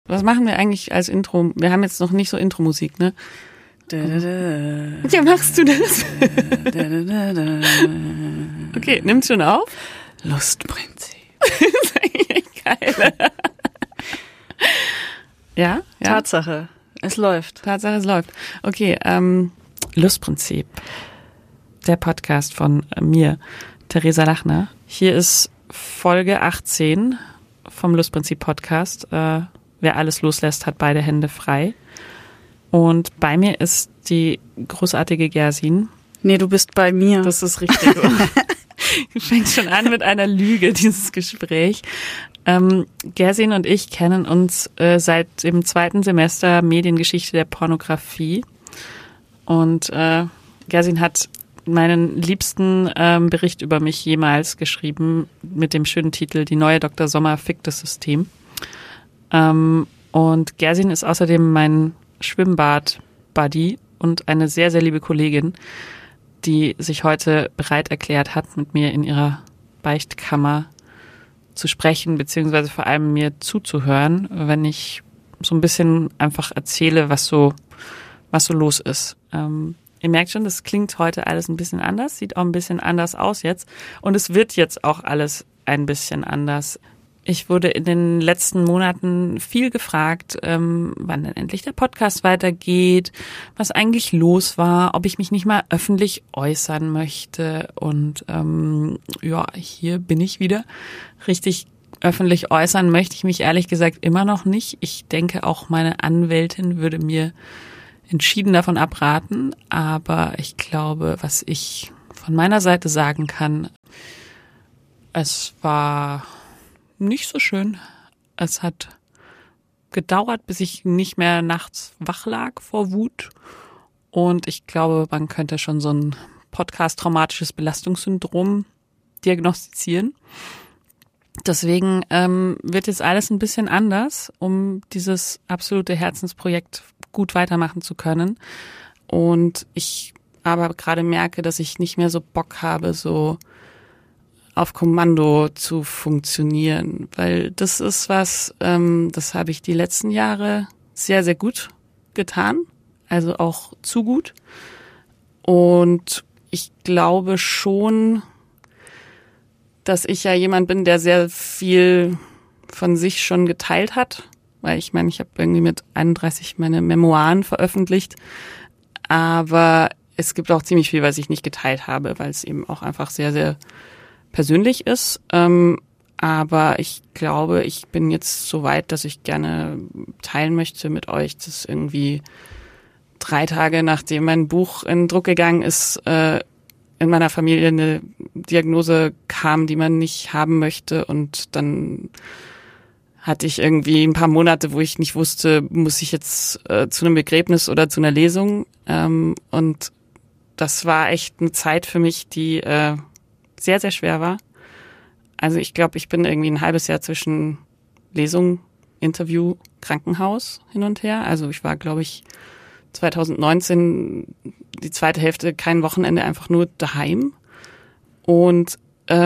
Was machen wir eigentlich als Intro? Wir haben jetzt noch nicht so Intro-Musik, ne? Ja, machst du das? Okay, nimm's schon auf? Lustprinzip. Das ist eigentlich echt geil. Ja? Tatsache, es läuft. Tatsache, es läuft. Okay, Lustprinzip. Der Podcast von mir, Theresa Lachner. Hier ist Folge 18 vom Lustprinzip Podcast. Wer alles loslässt, hat beide Hände frei. Und bei mir ist die großartige Gersin. Nee, du bist bei mir. Das ist richtig. Du fängst schon an mit einer Lüge, dieses Gespräch. Gersin und ich kennen uns seit dem 2. Semester Mediengeschichte der Pornografie. Und Gersin hat meinen liebsten Bericht über mich jemals geschrieben mit dem schönen Titel Die neue Dr. Sommer fickt das System. Und Gersin ist außerdem mein Schwimmbad-Buddy und eine sehr, sehr liebe Kollegin, die sich heute bereit erklärt hat, mit mir in ihrer Beichtkammer zu sprechen, beziehungsweise vor allem mir zuzuhören, wenn ich so ein bisschen einfach erzähle, was so los ist. Ihr merkt schon, das klingt heute alles ein bisschen anders, sieht auch ein bisschen anders aus jetzt und es wird jetzt auch alles ein bisschen anders. Ich wurde in den letzten Monaten viel gefragt, wann denn endlich der Podcast weitergeht, was eigentlich los war, ob ich mich nicht mal öffentlich äußern möchte. Und ja, hier bin ich wieder. Richtig öffentlich äußern möchte ich mich ehrlich gesagt immer noch nicht. Ich denke, auch meine Anwältin würde mir entschieden davon abraten. Aber ich glaube, was ich von meiner Seite sagen kann, es war nicht so schön. Es hat gedauert, bis ich nicht mehr nachts wach lag vor Wut. Und ich glaube, man könnte schon so ein Podcast-traumatisches Belastungssyndrom diagnostizieren. Deswegen wird jetzt alles ein bisschen anders, um dieses absolute Herzensprojekt gut weitermachen zu können. Und ich aber gerade merke, dass ich nicht mehr so Bock habe, so auf Kommando zu funktionieren, weil das ist was, das habe ich die letzten Jahre sehr, sehr gut getan, also auch zu gut. Und ich glaube schon, dass ich ja jemand bin, der sehr viel von sich schon geteilt hat, weil ich meine, ich habe irgendwie mit 31 meine Memoiren veröffentlicht, aber es gibt auch ziemlich viel, was ich nicht geteilt habe, weil es eben auch einfach sehr, sehr persönlich ist, aber ich glaube, ich bin jetzt so weit, dass ich gerne teilen möchte mit euch, dass irgendwie 3 Tage nachdem mein Buch in Druck gegangen ist, in meiner Familie eine Diagnose kam, die man nicht haben möchte und dann hatte ich irgendwie ein paar Monate, wo ich nicht wusste, muss ich jetzt zu einem Begräbnis oder zu einer Lesung, und das war echt eine Zeit für mich, die sehr, sehr schwer war. Also ich glaube, ich bin irgendwie ein halbes Jahr zwischen Lesung, Interview, Krankenhaus hin und her. Also ich war, glaube ich, 2019 die zweite Hälfte kein Wochenende, einfach nur daheim. Und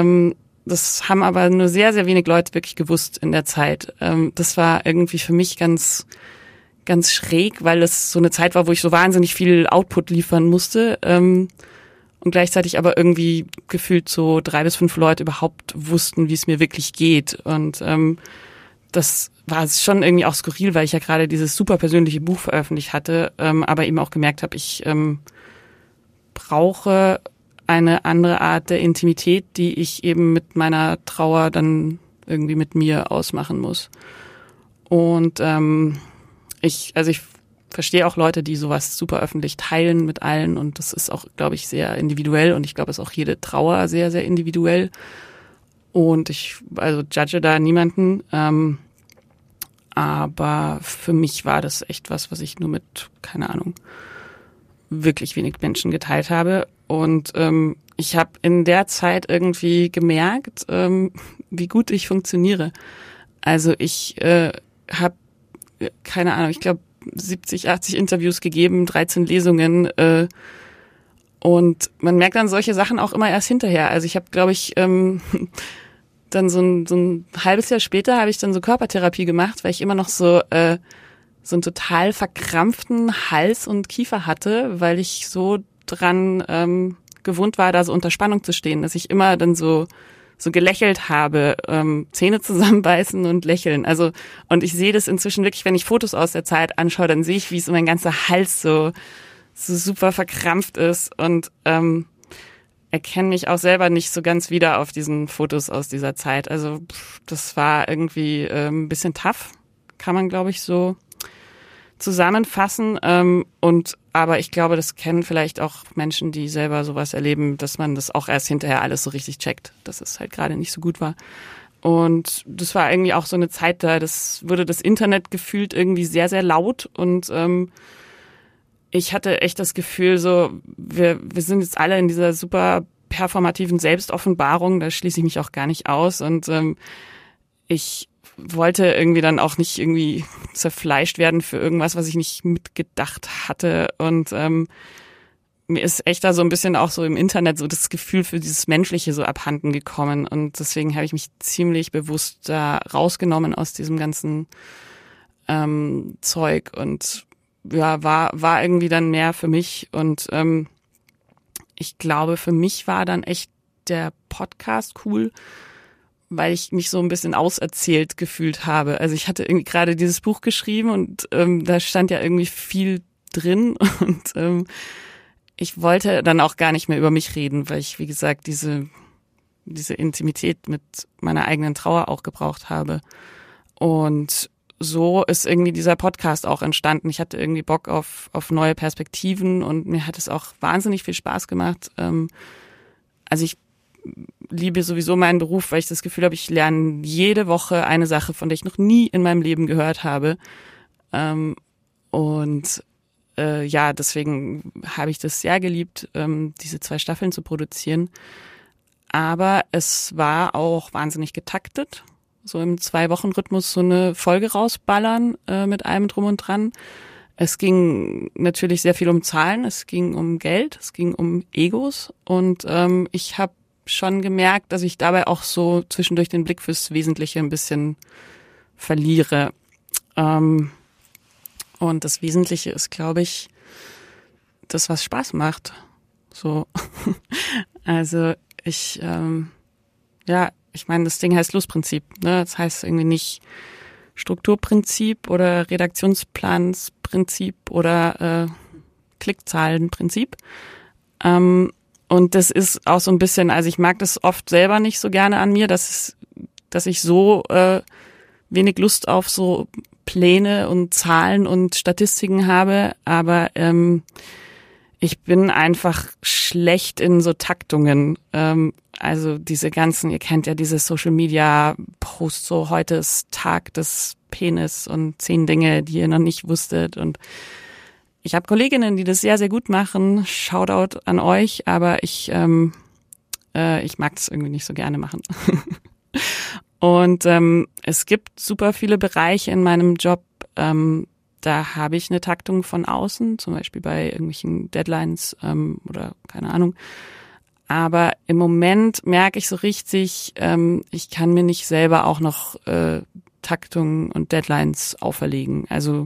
das haben aber nur sehr, sehr wenig Leute wirklich gewusst in der Zeit. Das war irgendwie für mich ganz, ganz schräg, weil es so eine Zeit war, wo ich so wahnsinnig viel Output liefern musste. Und gleichzeitig aber irgendwie gefühlt so 3 bis 5 Leute überhaupt wussten, wie es mir wirklich geht. Und das war schon irgendwie auch skurril, weil ich ja gerade dieses super persönliche Buch veröffentlicht hatte, aber eben auch gemerkt habe, ich brauche eine andere Art der Intimität, die ich eben mit meiner Trauer dann irgendwie mit mir ausmachen muss. Und ich verstehe auch Leute, die sowas super öffentlich teilen mit allen und das ist auch, glaube ich, sehr individuell und ich glaube, es ist auch jede Trauer sehr, sehr individuell und ich judge da niemanden, aber für mich war das echt was ich nur mit, keine Ahnung, wirklich wenig Menschen geteilt habe und ich habe in der Zeit irgendwie gemerkt, wie gut ich funktioniere. Also ich habe, keine Ahnung, ich glaube 70, 80 Interviews gegeben, 13 Lesungen und man merkt dann solche Sachen auch immer erst hinterher. Also ich habe, glaube ich, dann so ein halbes Jahr später habe ich dann so Körpertherapie gemacht, weil ich immer noch so einen total verkrampften Hals und Kiefer hatte, weil ich so dran gewohnt war, da so unter Spannung zu stehen, dass ich immer dann so gelächelt habe, Zähne zusammenbeißen und lächeln. Also, und ich sehe das inzwischen wirklich, wenn ich Fotos aus der Zeit anschaue, dann sehe ich, wie so mein ganzer Hals so super verkrampft ist und erkenne mich auch selber nicht so ganz wieder auf diesen Fotos aus dieser Zeit. Also das war irgendwie ein bisschen tough, kann man, glaube ich, so zusammenfassen. Aber ich glaube, das kennen vielleicht auch Menschen, die selber sowas erleben, dass man das auch erst hinterher alles so richtig checkt, dass es halt gerade nicht so gut war. Und das war irgendwie auch so eine Zeit, das wurde das Internet gefühlt irgendwie sehr, sehr laut und ich hatte echt das Gefühl, so wir sind jetzt alle in dieser super performativen Selbstoffenbarung, da schließe ich mich auch gar nicht aus und ich wollte irgendwie dann auch nicht irgendwie zerfleischt werden für irgendwas, was ich nicht mitgedacht hatte und mir ist echt da so ein bisschen auch so im Internet so das Gefühl für dieses Menschliche so abhanden gekommen und deswegen habe ich mich ziemlich bewusst da rausgenommen aus diesem ganzen Zeug und ja, war irgendwie dann mehr für mich und ich glaube, für mich war dann echt der Podcast cool, weil ich mich so ein bisschen auserzählt gefühlt habe. Also ich hatte irgendwie gerade dieses Buch geschrieben und da stand ja irgendwie viel drin und ich wollte dann auch gar nicht mehr über mich reden, weil ich, wie gesagt, diese Intimität mit meiner eigenen Trauer auch gebraucht habe. Und so ist irgendwie dieser Podcast auch entstanden. Ich hatte irgendwie Bock auf neue Perspektiven und mir hat es auch wahnsinnig viel Spaß gemacht. Also ich liebe sowieso meinen Beruf, weil ich das Gefühl habe, ich lerne jede Woche eine Sache, von der ich noch nie in meinem Leben gehört habe. Ja, deswegen habe ich das sehr geliebt, diese 2 Staffeln zu produzieren. Aber es war auch wahnsinnig getaktet. So im 2-Wochen-Rhythmus so eine Folge rausballern mit allem drum und dran. Es ging natürlich sehr viel um Zahlen, es ging um Geld, es ging um Egos und ich habe schon gemerkt, dass ich dabei auch so zwischendurch den Blick fürs Wesentliche ein bisschen verliere. Und das Wesentliche ist, glaube ich, das, was Spaß macht. So, also ich meine, das Ding heißt Lustprinzip, ne? Das heißt irgendwie nicht Strukturprinzip oder Redaktionsplans-Prinzip oder Klickzahlenprinzip. Und das ist auch so ein bisschen, also ich mag das oft selber nicht so gerne an mir, dass ich so wenig Lust auf so Pläne und Zahlen und Statistiken habe, aber ich bin einfach schlecht in so Taktungen. Also diese ganzen, ihr kennt ja diese Social Media Posts, so heute ist Tag des Penis und 10 Dinge, die ihr noch nicht wusstet. Und ich habe Kolleginnen, die das sehr, sehr gut machen. Shoutout an euch, aber ich mag das irgendwie nicht so gerne machen. Und es gibt super viele Bereiche in meinem Job, da habe ich eine Taktung von außen, zum Beispiel bei irgendwelchen Deadlines oder keine Ahnung. Aber im Moment merke ich so richtig, ich kann mir nicht selber auch noch Taktungen und Deadlines auferlegen. Also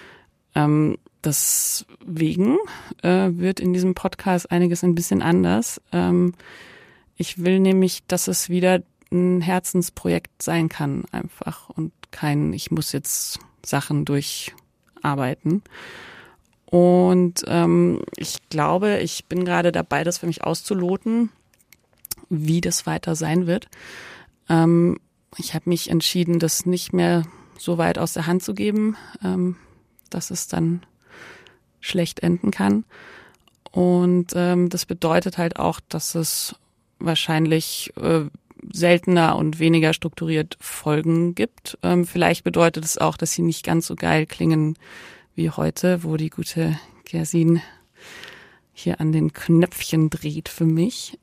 deswegen wird in diesem Podcast einiges ein bisschen anders. Ich will nämlich, dass es wieder ein Herzensprojekt sein kann einfach und kein, ich muss jetzt Sachen durcharbeiten. Und ich glaube, ich bin gerade dabei, das für mich auszuloten, wie das weiter sein wird. Ich habe mich entschieden, das nicht mehr so weit aus der Hand zu geben, dass es dann schlecht enden kann. Und das bedeutet halt auch, dass es wahrscheinlich seltener und weniger strukturiert Folgen gibt. Vielleicht bedeutet es auch, dass sie nicht ganz so geil klingen wie heute, wo die gute Gersin hier an den Knöpfchen dreht für mich.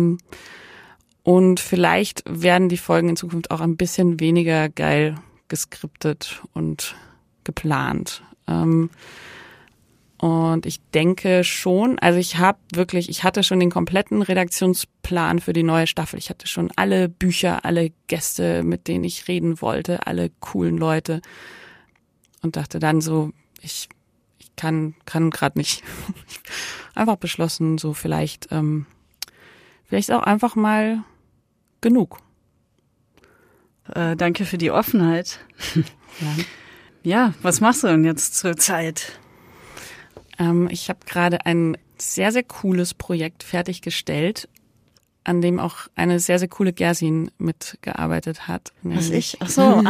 Und vielleicht werden die Folgen in Zukunft auch ein bisschen weniger geil geskriptet und geplant. Und ich denke schon, also ich hatte schon den kompletten Redaktionsplan für die neue Staffel. Ich hatte schon alle Bücher, alle Gäste, mit denen ich reden wollte, alle coolen Leute. Und dachte dann so, ich kann gerade nicht. Einfach beschlossen, so vielleicht auch einfach mal genug. Danke für die Offenheit. Ja, was machst du denn jetzt zur Zeit? Ich habe gerade ein sehr, sehr cooles Projekt fertiggestellt, an dem auch eine sehr, sehr coole Gersin mitgearbeitet hat. Was ich? Ach so,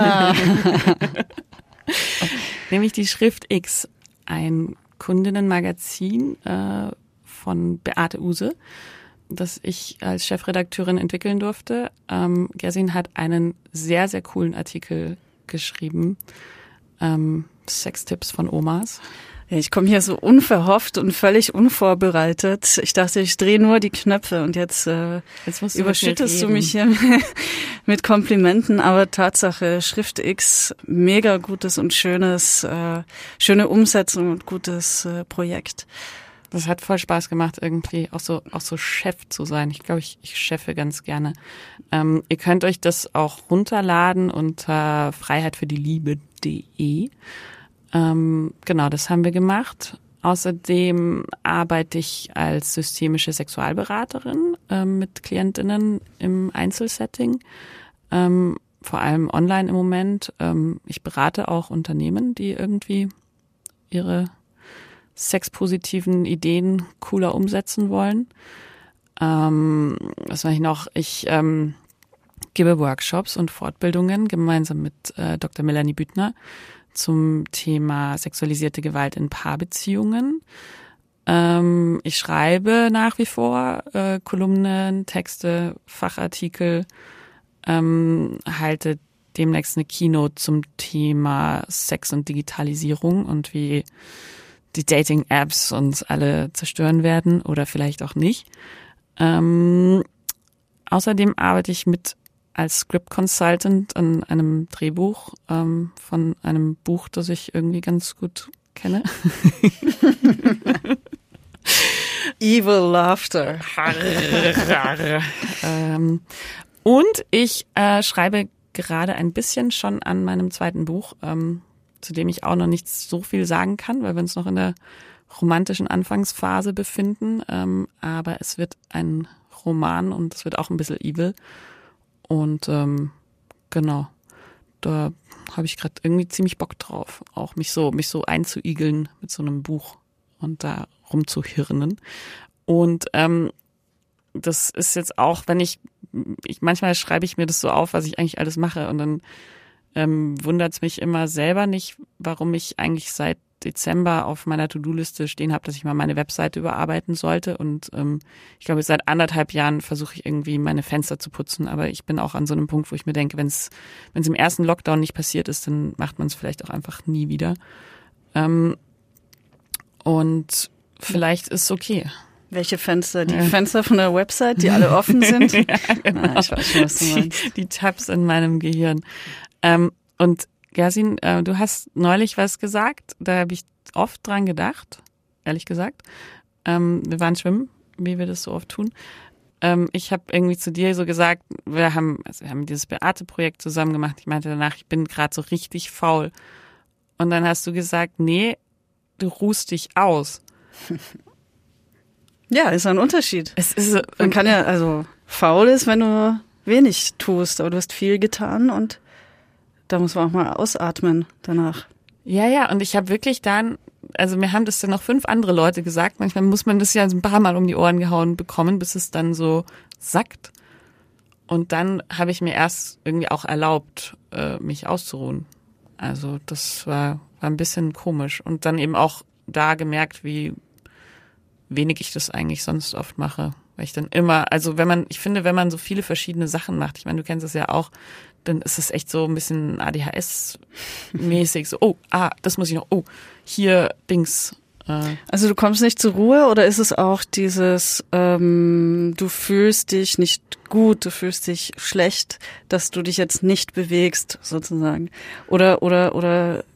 Nämlich die Schrift X, ein Kundinnenmagazin von Beate Uhse, das ich als Chefredakteurin entwickeln durfte. Gersin hat einen sehr, sehr coolen Artikel geschrieben, Sextipps von Omas. Ja, ich komme hier so unverhofft und völlig unvorbereitet. Ich dachte, ich drehe nur die Knöpfe und jetzt überschüttest du mich hier mit Komplimenten. Aber Tatsache, Schrift X, mega gutes und schöne Umsetzung und gutes Projekt. Das hat voll Spaß gemacht, irgendwie auch so Chef zu sein. Ich glaube, ich cheffe ganz gerne. Ihr könnt euch das auch runterladen unter freiheitfürdieliebe.de. Genau, das haben wir gemacht. Außerdem arbeite ich als systemische Sexualberaterin mit Klientinnen im Einzelsetting, vor allem online im Moment. Ich berate auch Unternehmen, die irgendwie ihre sexpositiven Ideen cooler umsetzen wollen. Was mache ich noch? Ich gebe Workshops und Fortbildungen gemeinsam mit Dr. Melanie Büttner zum Thema sexualisierte Gewalt in Paarbeziehungen. Ich schreibe nach wie vor Kolumnen, Texte, Fachartikel, halte demnächst eine Keynote zum Thema Sex und Digitalisierung und wie die Dating-Apps uns alle zerstören werden oder vielleicht auch nicht. Außerdem arbeite ich mit als Script Consultant an einem Drehbuch von einem Buch, das ich irgendwie ganz gut kenne. Evil Laughter. Und ich schreibe gerade ein bisschen schon an meinem zweiten Buch, zu dem ich auch noch nicht so viel sagen kann, weil wir uns noch in der romantischen Anfangsphase befinden. Aber es wird ein Roman und es wird auch ein bisschen evil. Und genau, da habe ich gerade irgendwie ziemlich Bock drauf, auch mich so einzuigeln mit so einem Buch und da rumzuhirnen. Und das ist jetzt auch, wenn ich manchmal schreibe ich mir das so auf, was ich eigentlich alles mache und dann wundert es mich immer selber nicht, warum ich eigentlich seit Dezember auf meiner To-Do-Liste stehen habe, dass ich mal meine Webseite überarbeiten sollte. Und ich glaube, seit 1,5 Jahren versuche ich irgendwie meine Fenster zu putzen. Aber ich bin auch an so einem Punkt, wo ich mir denke, wenn es im ersten Lockdown nicht passiert ist, dann macht man es vielleicht auch einfach nie wieder. Und vielleicht ist es okay. Welche Fenster? Die Fenster von der Website, die alle offen sind? Ja, genau. Ich weiß schon, was du meinst. Die Tabs in meinem Gehirn. Und Gersin, du hast neulich was gesagt, da habe ich oft dran gedacht, ehrlich gesagt. Wir waren schwimmen, wie wir das so oft tun. Ich habe irgendwie zu dir so gesagt, wir haben dieses Beate-Projekt zusammen gemacht. Ich meinte danach, ich bin gerade so richtig faul. Und dann hast du gesagt, nee, du ruhst dich aus. Ja, ist ein Unterschied. Es ist, Man kann ja, also faul ist, wenn du wenig tust, aber du hast viel getan und da muss man auch mal ausatmen danach. Ja, und ich habe wirklich dann, also mir haben das dann noch 5 andere Leute gesagt, manchmal muss man das ja ein paar Mal um die Ohren gehauen bekommen, bis es dann so sackt. Und dann habe ich mir erst irgendwie auch erlaubt, mich auszuruhen. Also das war ein bisschen komisch. Und dann eben auch da gemerkt, wie wenig ich das eigentlich sonst oft mache. Weil ich dann immer, also wenn man so viele verschiedene Sachen macht, ich meine, du kennst es ja auch, dann ist es echt so ein bisschen ADHS-mäßig, so, das muss ich noch, hier Dings. Also du kommst nicht zur Ruhe oder ist es auch dieses, du fühlst dich nicht gut, du fühlst dich schlecht, dass du dich jetzt nicht bewegst, sozusagen? Oder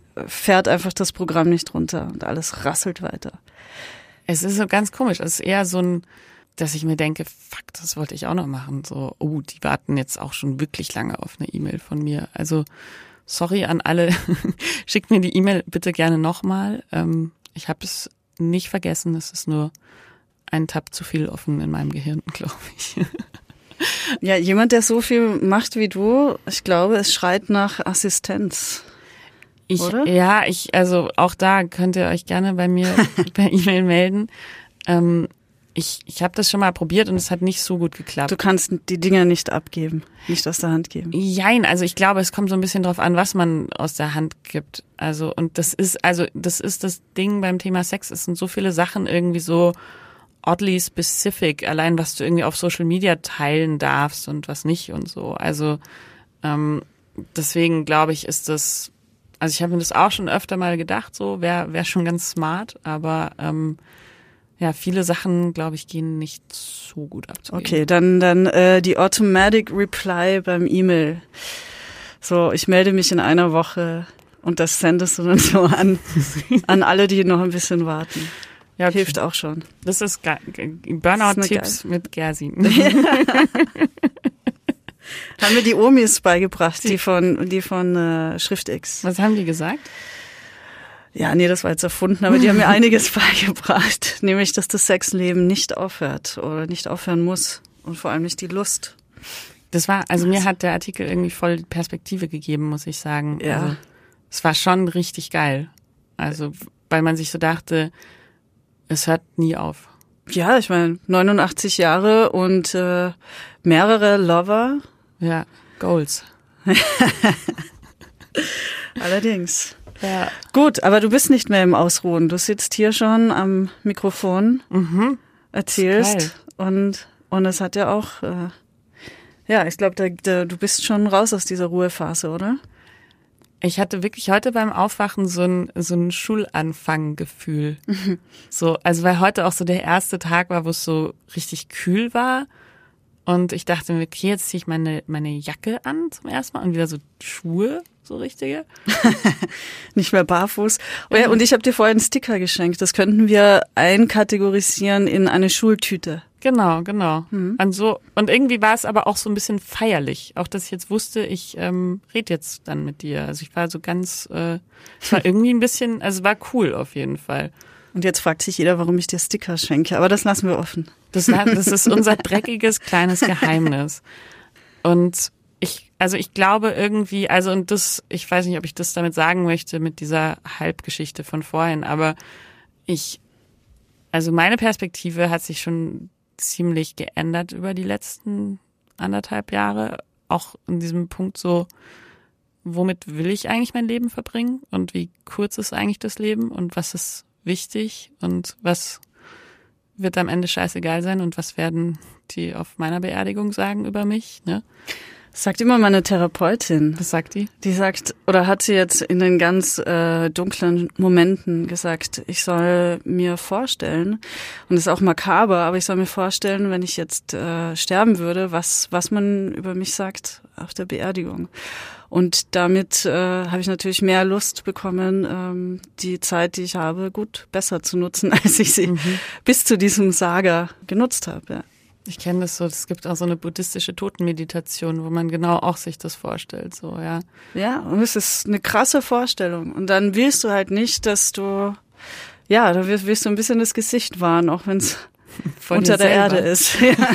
fährt einfach das Programm nicht runter und alles rasselt weiter. Es ist so ganz komisch. Es ist eher so ein, dass ich mir denke, fuck, das wollte ich auch noch machen. So, oh, die warten jetzt auch schon wirklich lange auf eine E-Mail von mir. Also, sorry an alle. Schickt mir die E-Mail bitte gerne nochmal. Ich habe es nicht vergessen. Es ist nur ein Tab zu viel offen in meinem Gehirn, glaube ich. Ja, jemand, der so viel macht wie du, ich glaube, es schreit nach Assistenz. Oder? Ja, also auch da könnt ihr euch gerne bei mir per E-Mail melden. Ich habe das schon mal probiert und es hat nicht so gut geklappt. Du kannst die Dinger nicht abgeben, nicht aus der Hand geben. Jein, also ich glaube, es kommt so ein bisschen drauf an, was man aus der Hand gibt. Also, und das ist das Ding beim Thema Sex. Es sind so viele Sachen irgendwie so oddly specific, allein was du irgendwie auf Social Media teilen darfst und was nicht und so. Also, deswegen glaube ich, ist das, also ich habe mir das auch schon öfter mal gedacht, so wäre schon ganz smart, aber ja, viele Sachen, glaube ich, gehen nicht so gut abzugeben. Okay, dann die Automatic Reply beim E-Mail. So, ich melde mich in einer Woche und das sendest du dann so an alle, die noch ein bisschen warten. Ja, okay. Hilft auch schon. Das ist Burnout-Tipps mit Gersi. Haben mir die Omis beigebracht, die von SchriftX. Was haben die gesagt? Ja, nee, das war jetzt erfunden, aber die haben mir einiges beigebracht. Nämlich, dass das Sexleben nicht aufhört oder nicht aufhören muss. Und vor allem nicht die Lust. Mir hat der Artikel irgendwie voll Perspektive gegeben, muss ich sagen. Ja. Also, es war schon richtig geil. Also, weil man sich so dachte, es hört nie auf. Ja, ich meine, 89 Jahre und mehrere Lover. Ja, Goals. Allerdings. Ja. Gut, aber du bist nicht mehr im Ausruhen. Du sitzt hier schon am Mikrofon, erzählst und es hat ja auch, ich glaube, du bist schon raus aus dieser Ruhephase, oder? Ich hatte wirklich heute beim Aufwachen so ein Schulanfanggefühl. So, also weil heute auch so der erste Tag war, wo es so richtig kühl war. Und ich dachte mir, okay, jetzt ziehe ich meine Jacke an zum ersten Mal und wieder so Schuhe, so richtige. Nicht mehr barfuß. Oh ja, und ich habe dir vorhin einen Sticker geschenkt. Das könnten wir einkategorisieren in eine Schultüte. Genau. Und irgendwie war es aber auch so ein bisschen feierlich. Auch, dass ich jetzt wusste, ich rede jetzt dann mit dir. Also ich war so ganz, es war irgendwie ein bisschen, also war cool auf jeden Fall. Und jetzt fragt sich jeder, warum ich dir Sticker schenke. Aber das lassen wir offen. Das ist unser dreckiges kleines Geheimnis. Und ich glaube irgendwie, ich weiß nicht, ob ich das damit sagen möchte mit dieser Halbgeschichte von vorhin, aber meine Perspektive hat sich schon ziemlich geändert über die letzten 1,5 Jahre. Auch in diesem Punkt so, womit will ich eigentlich mein Leben verbringen und wie kurz ist eigentlich das Leben und was ist wichtig und was wird am Ende scheißegal sein und was werden die auf meiner Beerdigung sagen über mich, ne? Das sagt immer meine Therapeutin. Was sagt die? Die sagt, oder hat sie jetzt in den ganz dunklen Momenten gesagt, ich soll mir vorstellen, und das ist auch makaber, aber ich soll mir vorstellen, wenn ich jetzt sterben würde, was man über mich sagt auf der Beerdigung. Und damit habe ich natürlich mehr Lust bekommen, die Zeit, die ich habe, besser zu nutzen, als ich sie bis zu diesem Saga genutzt habe. Ja. Ich kenne das so, es gibt auch so eine buddhistische Totenmeditation, wo man genau auch sich das vorstellt, so, ja. Ja, und es ist eine krasse Vorstellung. Und dann willst du halt nicht, dass da willst du ein bisschen das Gesicht wahren, auch wenn es unter der Erde ist.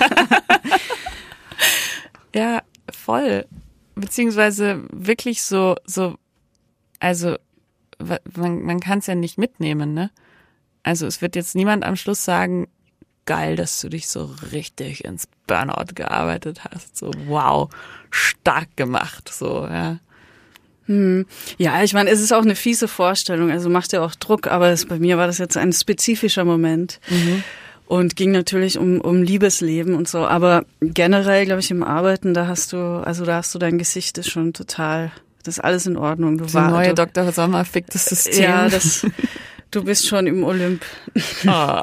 Ja, voll. Beziehungsweise wirklich so, also man kann es ja nicht mitnehmen, ne? Also es wird jetzt niemand am Schluss sagen, geil, dass du dich so richtig ins Burnout gearbeitet hast. So, wow, stark gemacht, so, ja. Ja, ich meine, es ist auch eine fiese Vorstellung, also macht ja auch Druck, aber bei mir war das jetzt ein spezifischer Moment und ging natürlich um Liebesleben und so, aber generell, glaube ich, im Arbeiten, da hast du dein Gesicht ist schon total, das ist alles in Ordnung. Die neue Dr. Sommer fickt das System. Ja, du bist schon im Olymp. Oh.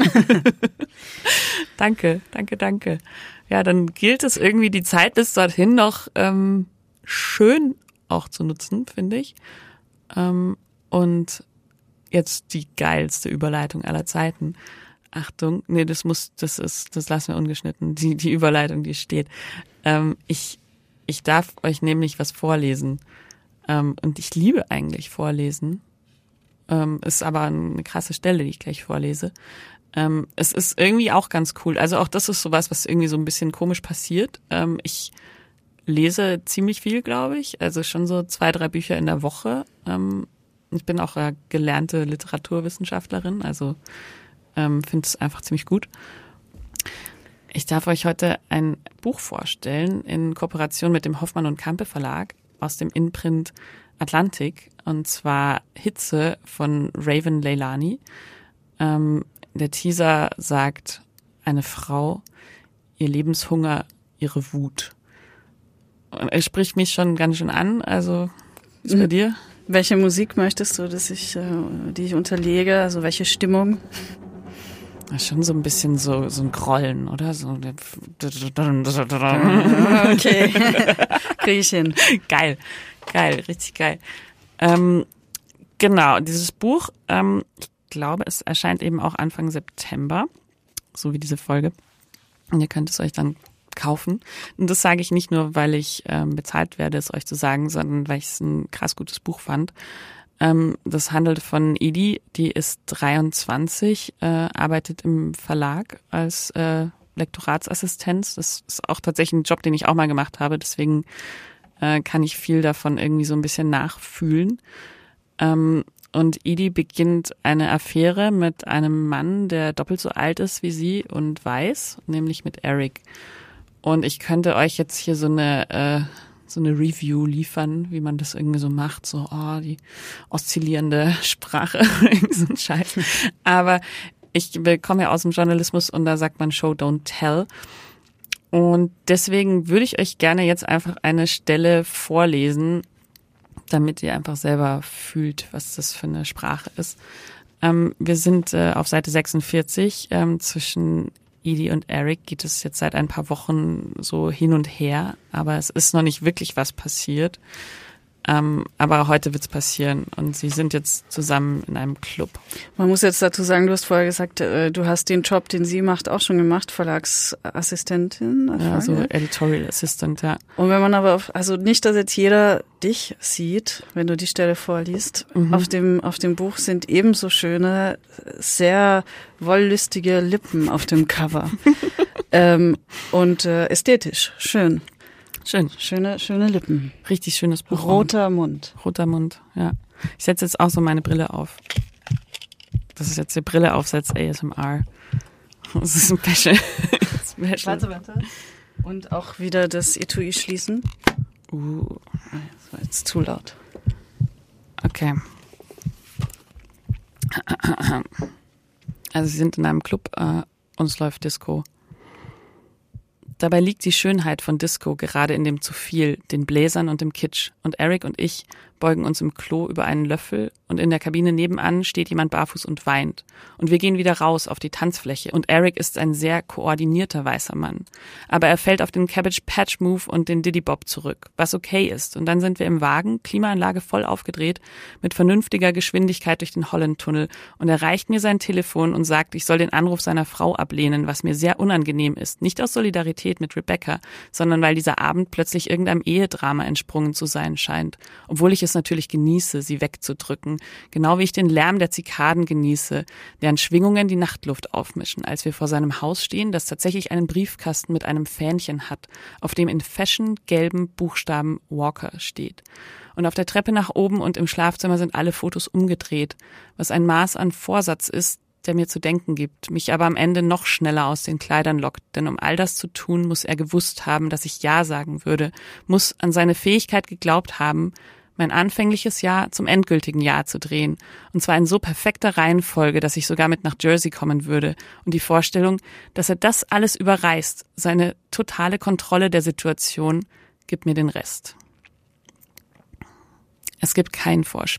Danke. Ja, dann gilt es irgendwie, die Zeit bis dorthin noch schön auch zu nutzen, finde ich. Und jetzt die geilste Überleitung aller Zeiten. Achtung, nee, das lassen wir ungeschnitten. Die Überleitung, die steht. Ich darf euch nämlich was vorlesen. Und ich liebe eigentlich vorlesen. Ist aber eine krasse Stelle, die ich gleich vorlese. Es ist irgendwie auch ganz cool. Also auch das ist sowas, was irgendwie so ein bisschen komisch passiert. Ich lese ziemlich viel, glaube ich. Also schon so 2, 3 Bücher in der Woche. Ich bin auch gelernte Literaturwissenschaftlerin, also finde es einfach ziemlich gut. Ich darf euch heute ein Buch vorstellen in Kooperation mit dem Hoffmann und Campe Verlag aus dem Imprint Atlantik, und zwar Hitze von Raven Leilani. Der Teaser sagt, eine Frau, ihr Lebenshunger, ihre Wut. Und er spricht mich schon ganz schön an, also ist bei dir? Welche Musik möchtest du, die ich unterlege? Also welche Stimmung? Schon so ein bisschen so ein Grollen, oder? So. Okay, krieg ich hin. Geil, richtig geil. Genau, dieses Buch, ich glaube, es erscheint eben auch Anfang September, so wie diese Folge. Und ihr könnt es euch dann kaufen. Und das sage ich nicht nur, weil ich bezahlt werde, es euch zu sagen, sondern weil ich es ein krass gutes Buch fand. Das handelt von Edie, die ist 23, arbeitet im Verlag als Lektoratsassistenz. Das ist auch tatsächlich ein Job, den ich auch mal gemacht habe, deswegen kann ich viel davon irgendwie so ein bisschen nachfühlen. Und Edie beginnt eine Affäre mit einem Mann, der doppelt so alt ist wie sie und weiß, nämlich mit Eric. Und ich könnte euch jetzt hier so eine Review liefern, wie man das irgendwie so macht, so die oszillierende Sprache, irgendwie so ein Scheiß. Aber ich komme ja aus dem Journalismus und da sagt man Show, don't tell. Und deswegen würde ich euch gerne jetzt einfach eine Stelle vorlesen, damit ihr einfach selber fühlt, was das für eine Sprache ist. Wir sind auf Seite 46, zwischen Edie und Eric geht es jetzt seit ein paar Wochen so hin und her, aber es ist noch nicht wirklich was passiert. Aber heute wird's passieren und sie sind jetzt zusammen in einem Club. Man muss jetzt dazu sagen, du hast vorher gesagt, du hast den Job, den sie macht, auch schon gemacht, Verlagsassistentin. Ja, so Editorial Assistant, ja. Und wenn man aber, also nicht, dass jetzt jeder dich sieht, wenn du die Stelle vorliest, auf dem Buch sind ebenso schöne, sehr wollüstige Lippen auf dem Cover. Und ästhetisch, schön. Schöne Lippen. Richtig schönes Buch. Roter Mund, ja. Ich setze jetzt auch so meine Brille auf. Das ist jetzt die Brille aufsetzt ASMR. Das ist ein Special. Warte. Und auch wieder das Etui schließen. Das war jetzt zu laut. Okay. Also sie sind in einem Club und es läuft Disco. Dabei liegt die Schönheit von Disco gerade in dem zu viel, den Bläsern und dem Kitsch. Und Eric und ich beugen uns im Klo über einen Löffel und in der Kabine nebenan steht jemand barfuß und weint. Und wir gehen wieder raus auf die Tanzfläche und Eric ist ein sehr koordinierter weißer Mann. Aber er fällt auf den Cabbage Patch Move und den Diddy Bob zurück, was okay ist. Und dann sind wir im Wagen, Klimaanlage voll aufgedreht, mit vernünftiger Geschwindigkeit durch den Holland-Tunnel und er reicht mir sein Telefon und sagt, ich soll den Anruf seiner Frau ablehnen, was mir sehr unangenehm ist. Nicht aus Solidarität mit Rebecca, sondern weil dieser Abend plötzlich irgendeinem Ehedrama entsprungen zu sein scheint. Obwohl ich es natürlich genieße, sie wegzudrücken. Genau wie ich den Lärm der Zikaden genieße, deren Schwingungen die Nachtluft aufmischen, als wir vor seinem Haus stehen, das tatsächlich einen Briefkasten mit einem Fähnchen hat, auf dem in fashion gelben Buchstaben Walker steht. Und auf der Treppe nach oben und im Schlafzimmer sind alle Fotos umgedreht, was ein Maß an Vorsatz ist, der mir zu denken gibt, mich aber am Ende noch schneller aus den Kleidern lockt, denn um all das zu tun, muss er gewusst haben, dass ich Ja sagen würde, muss an seine Fähigkeit geglaubt haben, mein anfängliches Ja zum endgültigen Ja zu drehen, und zwar in so perfekter Reihenfolge, dass ich sogar mit nach Jersey kommen würde, und die Vorstellung, dass er das alles überreißt, seine totale Kontrolle der Situation, gibt mir den Rest. Es gibt kein Vorspiel.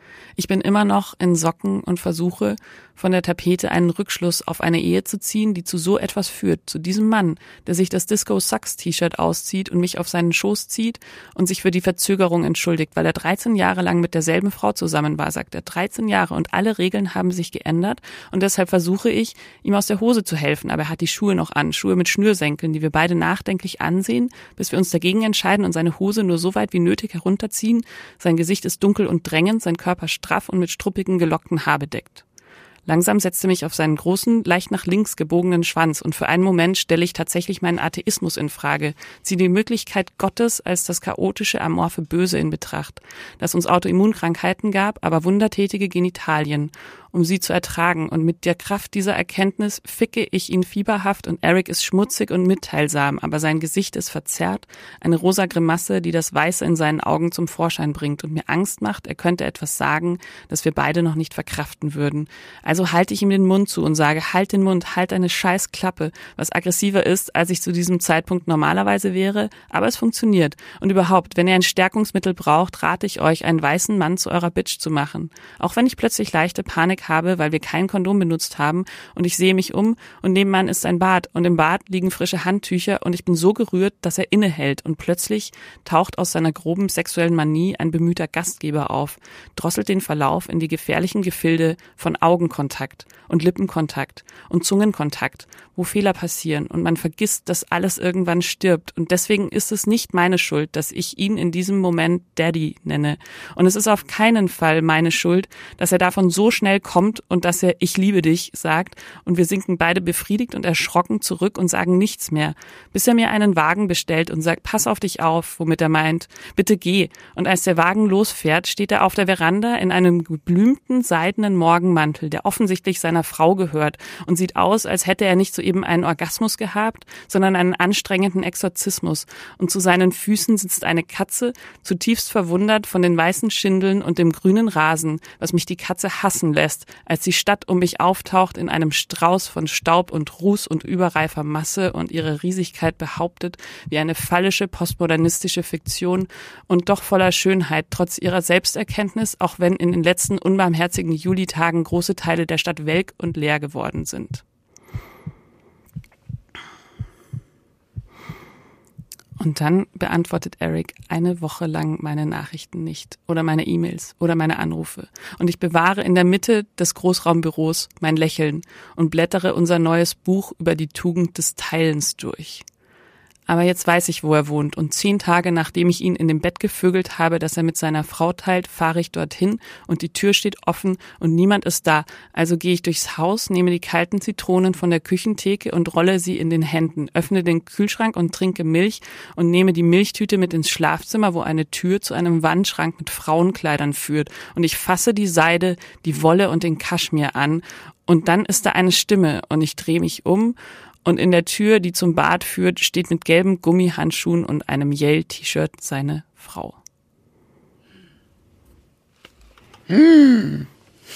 Ich bin immer noch in Socken und versuche, von der Tapete einen Rückschluss auf eine Ehe zu ziehen, die zu so etwas führt, zu diesem Mann, der sich das Disco Sucks T-Shirt auszieht und mich auf seinen Schoß zieht und sich für die Verzögerung entschuldigt, weil er 13 Jahre lang mit derselben Frau zusammen war, sagt er. 13 Jahre und alle Regeln haben sich geändert und deshalb versuche ich, ihm aus der Hose zu helfen, aber er hat die Schuhe noch an, Schuhe mit Schnürsenkeln, die wir beide nachdenklich ansehen, bis wir uns dagegen entscheiden und seine Hose nur so weit wie nötig herunterziehen. Sein Gesicht ist dunkel und drängend, sein Körper straff und mit struppigen, gelockten Haar bedeckt. Langsam setzte mich auf seinen großen, leicht nach links gebogenen Schwanz und für einen Moment stelle ich tatsächlich meinen Atheismus in Frage, ziehe die Möglichkeit Gottes als das chaotische, amorphe Böse in Betracht, das uns Autoimmunkrankheiten gab, aber wundertätige Genitalien, um sie zu ertragen. Und mit der Kraft dieser Erkenntnis ficke ich ihn fieberhaft und Eric ist schmutzig und mitteilsam, aber sein Gesicht ist verzerrt, eine rosa Grimasse, die das Weiße in seinen Augen zum Vorschein bringt und mir Angst macht, er könnte etwas sagen, das wir beide noch nicht verkraften würden. Also halte ich ihm den Mund zu und sage, halt den Mund, halt deine scheiß Klappe, was aggressiver ist, als ich zu diesem Zeitpunkt normalerweise wäre, aber es funktioniert. Und überhaupt, wenn ihr ein Stärkungsmittel braucht, rate ich euch, einen weißen Mann zu eurer Bitch zu machen. Auch wenn ich plötzlich leichte Panik habe, weil wir kein Kondom benutzt haben und ich sehe mich um und nebenan ist ein Bad und im Bad liegen frische Handtücher und ich bin so gerührt, dass er innehält und plötzlich taucht aus seiner groben sexuellen Manie ein bemühter Gastgeber auf, drosselt den Verlauf in die gefährlichen Gefilde von Augenkontakt und Lippenkontakt und Zungenkontakt, wo Fehler passieren und man vergisst, dass alles irgendwann stirbt und deswegen ist es nicht meine Schuld, dass ich ihn in diesem Moment Daddy nenne und es ist auf keinen Fall meine Schuld, dass er davon so schnell kommt und dass er "Ich liebe dich" sagt und wir sinken beide befriedigt und erschrocken zurück und sagen nichts mehr, bis er mir einen Wagen bestellt und sagt, pass auf dich auf, womit er meint, bitte geh. Und als der Wagen losfährt, steht er auf der Veranda in einem geblümten, seidenen Morgenmantel, der offensichtlich seiner Frau gehört und sieht aus, als hätte er nicht soeben einen Orgasmus gehabt, sondern einen anstrengenden Exorzismus. Und zu seinen Füßen sitzt eine Katze, zutiefst verwundert von den weißen Schindeln und dem grünen Rasen, was mich die Katze hassen lässt, als die Stadt um mich auftaucht in einem Strauß von Staub und Ruß und überreifer Masse und ihre Riesigkeit behauptet, wie eine phallische postmodernistische Fiktion und doch voller Schönheit, trotz ihrer Selbsterkenntnis, auch wenn in den letzten unbarmherzigen Julitagen große Teile der Stadt welk und leer geworden sind. Und dann beantwortet Eric eine Woche lang meine Nachrichten nicht oder meine E-Mails oder meine Anrufe. Und ich bewahre in der Mitte des Großraumbüros mein Lächeln und blättere unser neues Buch über die Tugend des Teilens durch. Aber jetzt weiß ich, wo er wohnt und 10 Tage nachdem ich ihn in dem Bett gevögelt habe, das er mit seiner Frau teilt, fahre ich dorthin und die Tür steht offen und niemand ist da. Also gehe ich durchs Haus, nehme die kalten Zitronen von der Küchentheke und rolle sie in den Händen, öffne den Kühlschrank und trinke Milch und nehme die Milchtüte mit ins Schlafzimmer, wo eine Tür zu einem Wandschrank mit Frauenkleidern führt und ich fasse die Seide, die Wolle und den Kaschmir an und dann ist da eine Stimme und ich drehe mich um. Und in der Tür, die zum Bad führt, steht mit gelben Gummihandschuhen und einem Yale-T-Shirt seine Frau. Willst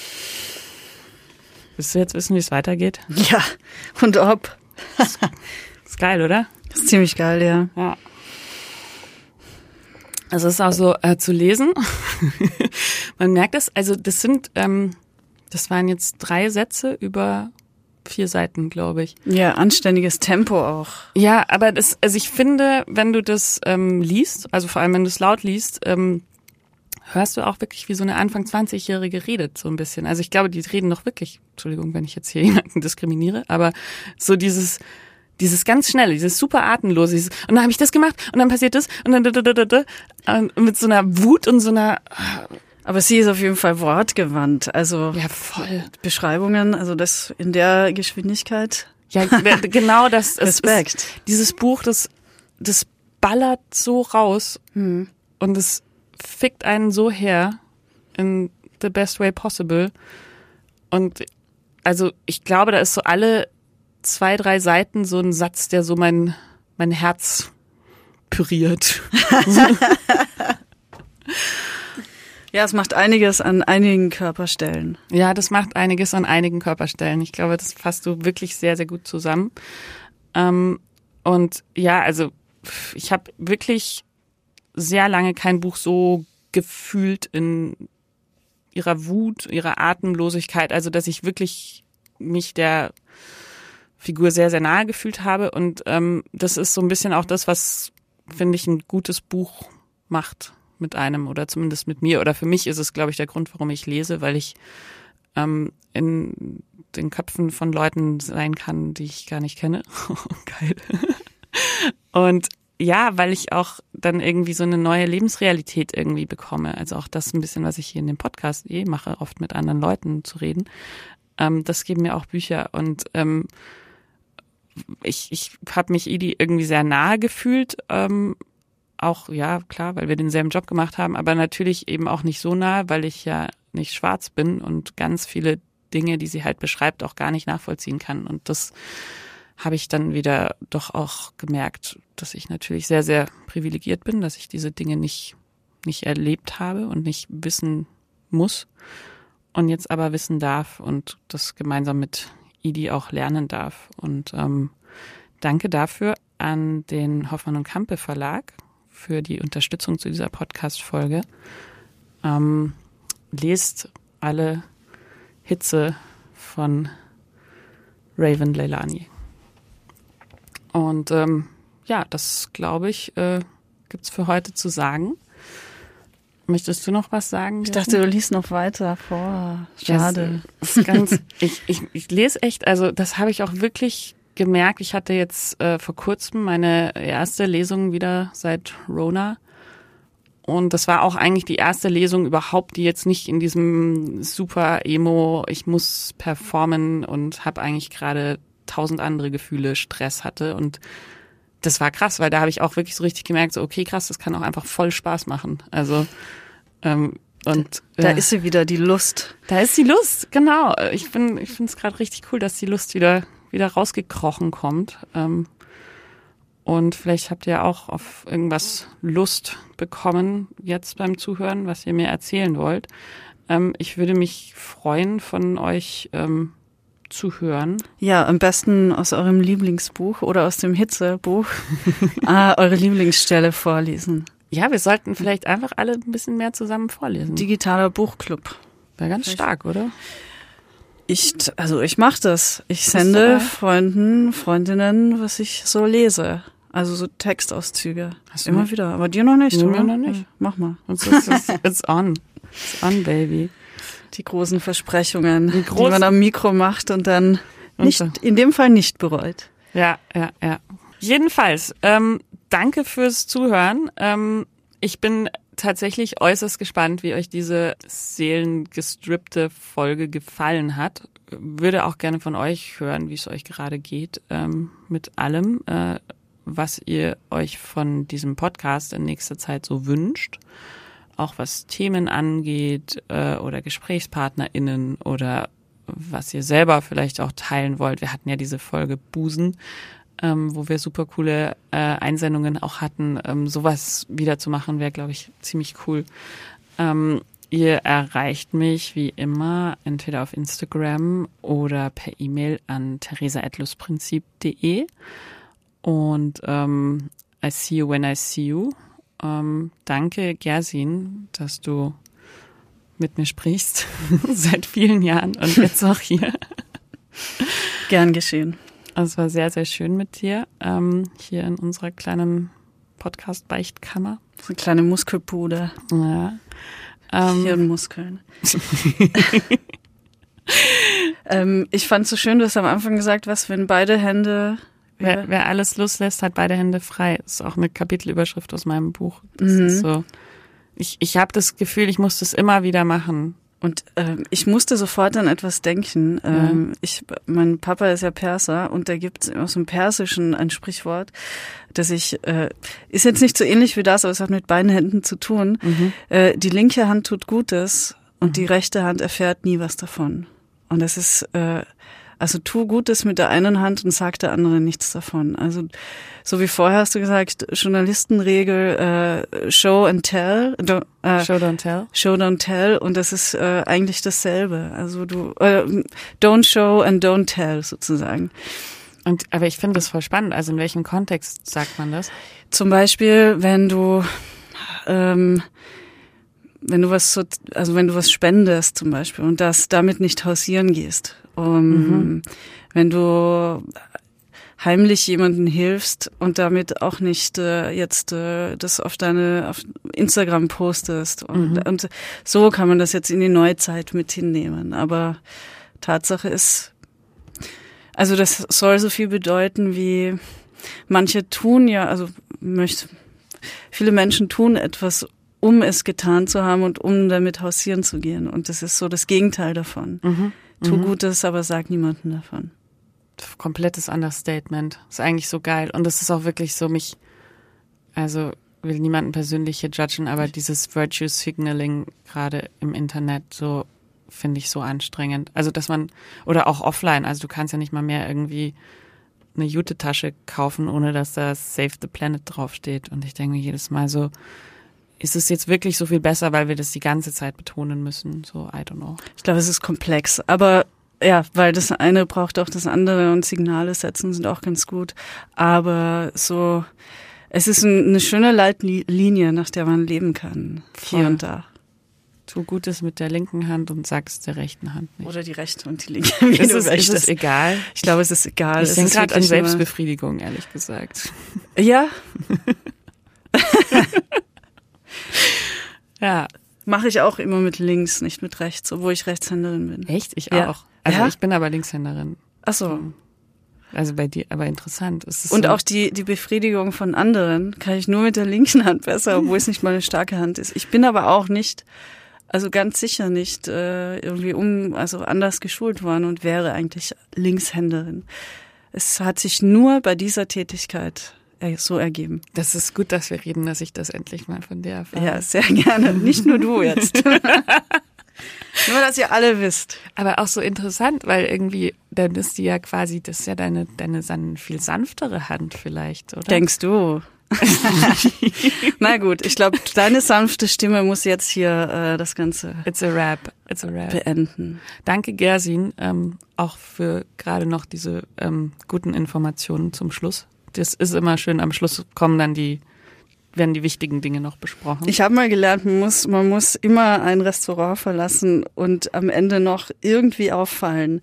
du jetzt wissen, wie es weitergeht? Ja, und ob. Ist geil, oder? Ist ziemlich geil, ja. Ja. Also es ist auch so zu lesen. Man merkt es, also das waren jetzt 3 Sätze über 4 Seiten, glaube ich. Ja, anständiges Tempo auch. Ja, aber also ich finde, wenn du das liest, also vor allem wenn du es laut liest, hörst du auch wirklich, wie so eine Anfang 20-Jährige redet, so ein bisschen. Also ich glaube, die reden noch wirklich, Entschuldigung, wenn ich jetzt hier jemanden diskriminiere, aber so dieses ganz schnelle, dieses super atemlose, und dann habe ich das gemacht und dann passiert das und dann mit so einer Wut und so einer... Aber sie ist auf jeden Fall wortgewandt, also ja, voll. Beschreibungen, also das in der Geschwindigkeit. Ja, genau das. Respekt. Ist, dieses Buch, das ballert so raus und es fickt einen so her in the best way possible. Und also ich glaube, da ist so alle 2, 3 Seiten so ein Satz, der so mein Herz püriert. Ja, es macht einiges an einigen Körperstellen. Ja, das macht einiges an einigen Körperstellen. Ich glaube, das fasst du wirklich sehr, sehr gut zusammen. Und ja, also ich habe wirklich sehr lange kein Buch so gefühlt in ihrer Wut, ihrer Atemlosigkeit, also dass ich wirklich mich der Figur sehr, sehr nahe gefühlt habe. Und das ist so ein bisschen auch das, was, finde ich, ein gutes Buch macht mit einem oder zumindest mit mir. Oder für mich ist es, glaube ich, der Grund, warum ich lese, weil ich in den Köpfen von Leuten sein kann, die ich gar nicht kenne. Geil. Und ja, weil ich auch dann irgendwie so eine neue Lebensrealität irgendwie bekomme. Also auch das ein bisschen, was ich hier in dem Podcast mache, oft mit anderen Leuten zu reden. Das geben mir auch Bücher. Und ich habe mich Idi irgendwie sehr nahe gefühlt. Auch, ja, klar, weil wir denselben Job gemacht haben, aber natürlich eben auch nicht so nah, weil ich ja nicht schwarz bin und ganz viele Dinge, die sie halt beschreibt, auch gar nicht nachvollziehen kann. Und das habe ich dann wieder doch auch gemerkt, dass ich natürlich sehr, sehr privilegiert bin, dass ich diese Dinge nicht erlebt habe und nicht wissen muss und jetzt aber wissen darf und das gemeinsam mit Idi auch lernen darf. Und danke dafür an den Hoffmann und Campe Verlag für die Unterstützung zu dieser Podcast-Folge. Lest alle Hitze von Raven Leilani. Und ja, das glaube ich, gibt's für heute zu sagen. Möchtest du noch was sagen? Ich dachte, du liest noch weiter vor. Schade. Das ist ganz, ich lese echt, also das habe ich auch wirklich gemerkt. Ich hatte jetzt vor kurzem meine erste Lesung wieder seit Rona. Und das war auch eigentlich die erste Lesung überhaupt, die jetzt nicht in diesem super Emo, ich muss performen und habe eigentlich gerade 1000 andere Gefühle, Stress hatte. Und das war krass, weil da habe ich auch wirklich so richtig gemerkt, so okay, krass, das kann auch einfach voll Spaß machen. Also und da ist sie wieder, die Lust. Da ist die Lust, genau. Ich finde es gerade richtig cool, dass die Lust wieder rausgekrochen kommt. Und vielleicht habt ihr auch auf irgendwas Lust bekommen jetzt beim Zuhören, was ihr mir erzählen wollt. Ich würde mich freuen, von euch zu hören. Ja, am besten aus eurem Lieblingsbuch oder aus dem Hitzebuch eure Lieblingsstelle vorlesen. Ja, wir sollten vielleicht einfach alle ein bisschen mehr zusammen vorlesen. Digitaler Buchclub. Wäre ganz stark, oder? Ich mache das. Ich sende Freunden, Freundinnen, was ich so lese. Also so Textauszüge. Immer wieder. Aber dir noch nicht, oder? Mir noch nicht. Mach mal. It's on. It's on, baby. Die großen Versprechungen, die man am Mikro macht und dann in dem Fall nicht bereut. Ja. Jedenfalls, danke fürs Zuhören. Ich bin tatsächlich äußerst gespannt, wie euch diese seelengestrippte Folge gefallen hat. Würde auch gerne von euch hören, wie es euch gerade geht mit allem, was ihr euch von diesem Podcast in nächster Zeit so wünscht. Auch was Themen angeht oder GesprächspartnerInnen oder was ihr selber vielleicht auch teilen wollt. Wir hatten ja diese Folge Busen, wo wir super coole Einsendungen auch hatten. Sowas wieder zu machen wäre, glaube ich, ziemlich cool. Ihr erreicht mich wie immer entweder auf Instagram oder per E-Mail an theresa@lustprinzip.de und I see you when I see you. Danke, Gersin, dass du mit mir sprichst seit vielen Jahren und jetzt auch hier. Gern geschehen. Es war sehr, sehr schön mit dir hier in unserer kleinen Podcast-Beichtkammer. So eine kleine Muskelpude. Ja. Hirnmuskeln. Ich fand es so schön, du hast am Anfang gesagt, was, wenn beide Hände... Wer alles loslässt, hat beide Hände frei. Das ist auch eine Kapitelüberschrift aus meinem Buch. Das ist so. Ich habe das Gefühl, ich muss das immer wieder machen. Und ich musste sofort an etwas denken. Mein Papa ist ja Perser und da gibt es aus dem Persischen ein Sprichwort, das ist jetzt nicht so ähnlich wie das, aber es hat mit beiden Händen zu tun. Die linke Hand tut Gutes und die rechte Hand erfährt nie was davon. Und das ist also tu Gutes mit der einen Hand und sag der anderen nichts davon. Also so wie vorher hast du gesagt, Journalistenregel Show and Tell. Show, don't tell. Show, don't tell. Und das ist eigentlich dasselbe. Also du don't show and don't tell sozusagen. Aber ich finde das voll spannend. Also in welchem Kontext sagt man das? Zum Beispiel, wenn wenn du was spendest zum Beispiel und damit nicht hausieren gehst, wenn du heimlich jemanden hilfst und damit auch nicht das auf Instagram postest und so kann man das jetzt in die Neuzeit mit hinnehmen. Aber Tatsache ist, also das soll so viel bedeuten wie manche tun viele Menschen tun etwas, um es getan zu haben und um damit hausieren zu gehen. Und das ist so das Gegenteil davon. Tu Gutes, aber sag niemandem davon. Komplettes Understatement. Ist eigentlich so geil. Und es ist auch wirklich so will niemanden persönlich hier judgen, aber dieses Virtue Signaling gerade im Internet, so finde ich so anstrengend. Also oder auch offline, also du kannst ja nicht mal mehr irgendwie eine Jute-Tasche kaufen, ohne dass da Save the Planet draufsteht. Und ich denke mir jedes Mal so, ist es jetzt wirklich so viel besser, weil wir das die ganze Zeit betonen müssen? So, I don't know. Ich glaube, es ist komplex, aber ja, weil das eine braucht auch das andere und Signale setzen sind auch ganz gut. Aber so, es ist eine schöne Leitlinie, nach der man leben kann. Voll. Hier und da. Tu Gutes mit der linken Hand und sag's der rechten Hand nicht. Oder die rechte und die linke. Ist es egal? Ich glaube, es ist egal. Ich denke gerade an Selbstbefriedigung, ehrlich gesagt. Ja? Ja. Mache ich auch immer mit links, nicht mit rechts, obwohl ich Rechtshänderin bin. Echt? Ich auch. Also ich bin aber Linkshänderin. Ach so. Also bei dir, aber interessant. Und auch die Befriedigung von anderen kann ich nur mit der linken Hand besser, obwohl es nicht mal eine starke Hand ist. Ich bin aber auch nicht, also ganz sicher nicht irgendwie anders geschult worden und wäre eigentlich Linkshänderin. Es hat sich nur bei dieser Tätigkeit so ergeben. Das ist gut, dass wir reden, dass ich das endlich mal von dir erfahre. Ja, sehr gerne. Nicht nur du jetzt. Nur, dass ihr alle wisst. Aber auch so interessant, weil irgendwie, dann ist die ja quasi, das ist ja deine viel sanftere Hand vielleicht, oder? Denkst du? Na gut, ich glaube, deine sanfte Stimme muss jetzt hier das Ganze It's a wrap. Beenden. Danke, Gersin, auch für gerade noch diese guten Informationen zum Schluss. Das ist immer schön, am Schluss werden die wichtigen Dinge noch besprochen. Ich habe mal gelernt, man muss immer ein Restaurant verlassen und am Ende noch irgendwie auffallen.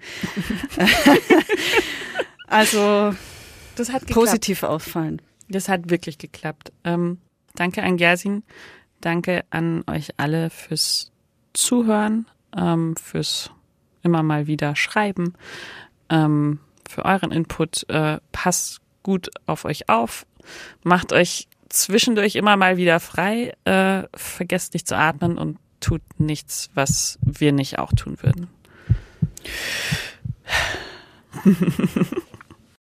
Also das hat positiv auffallen. Das hat wirklich geklappt. Danke an Gersin, danke an euch alle fürs Zuhören, fürs immer mal wieder Schreiben, für euren Input. Passt gut auf euch auf, macht euch zwischendurch immer mal wieder frei, vergesst nicht zu atmen und tut nichts, was wir nicht auch tun würden.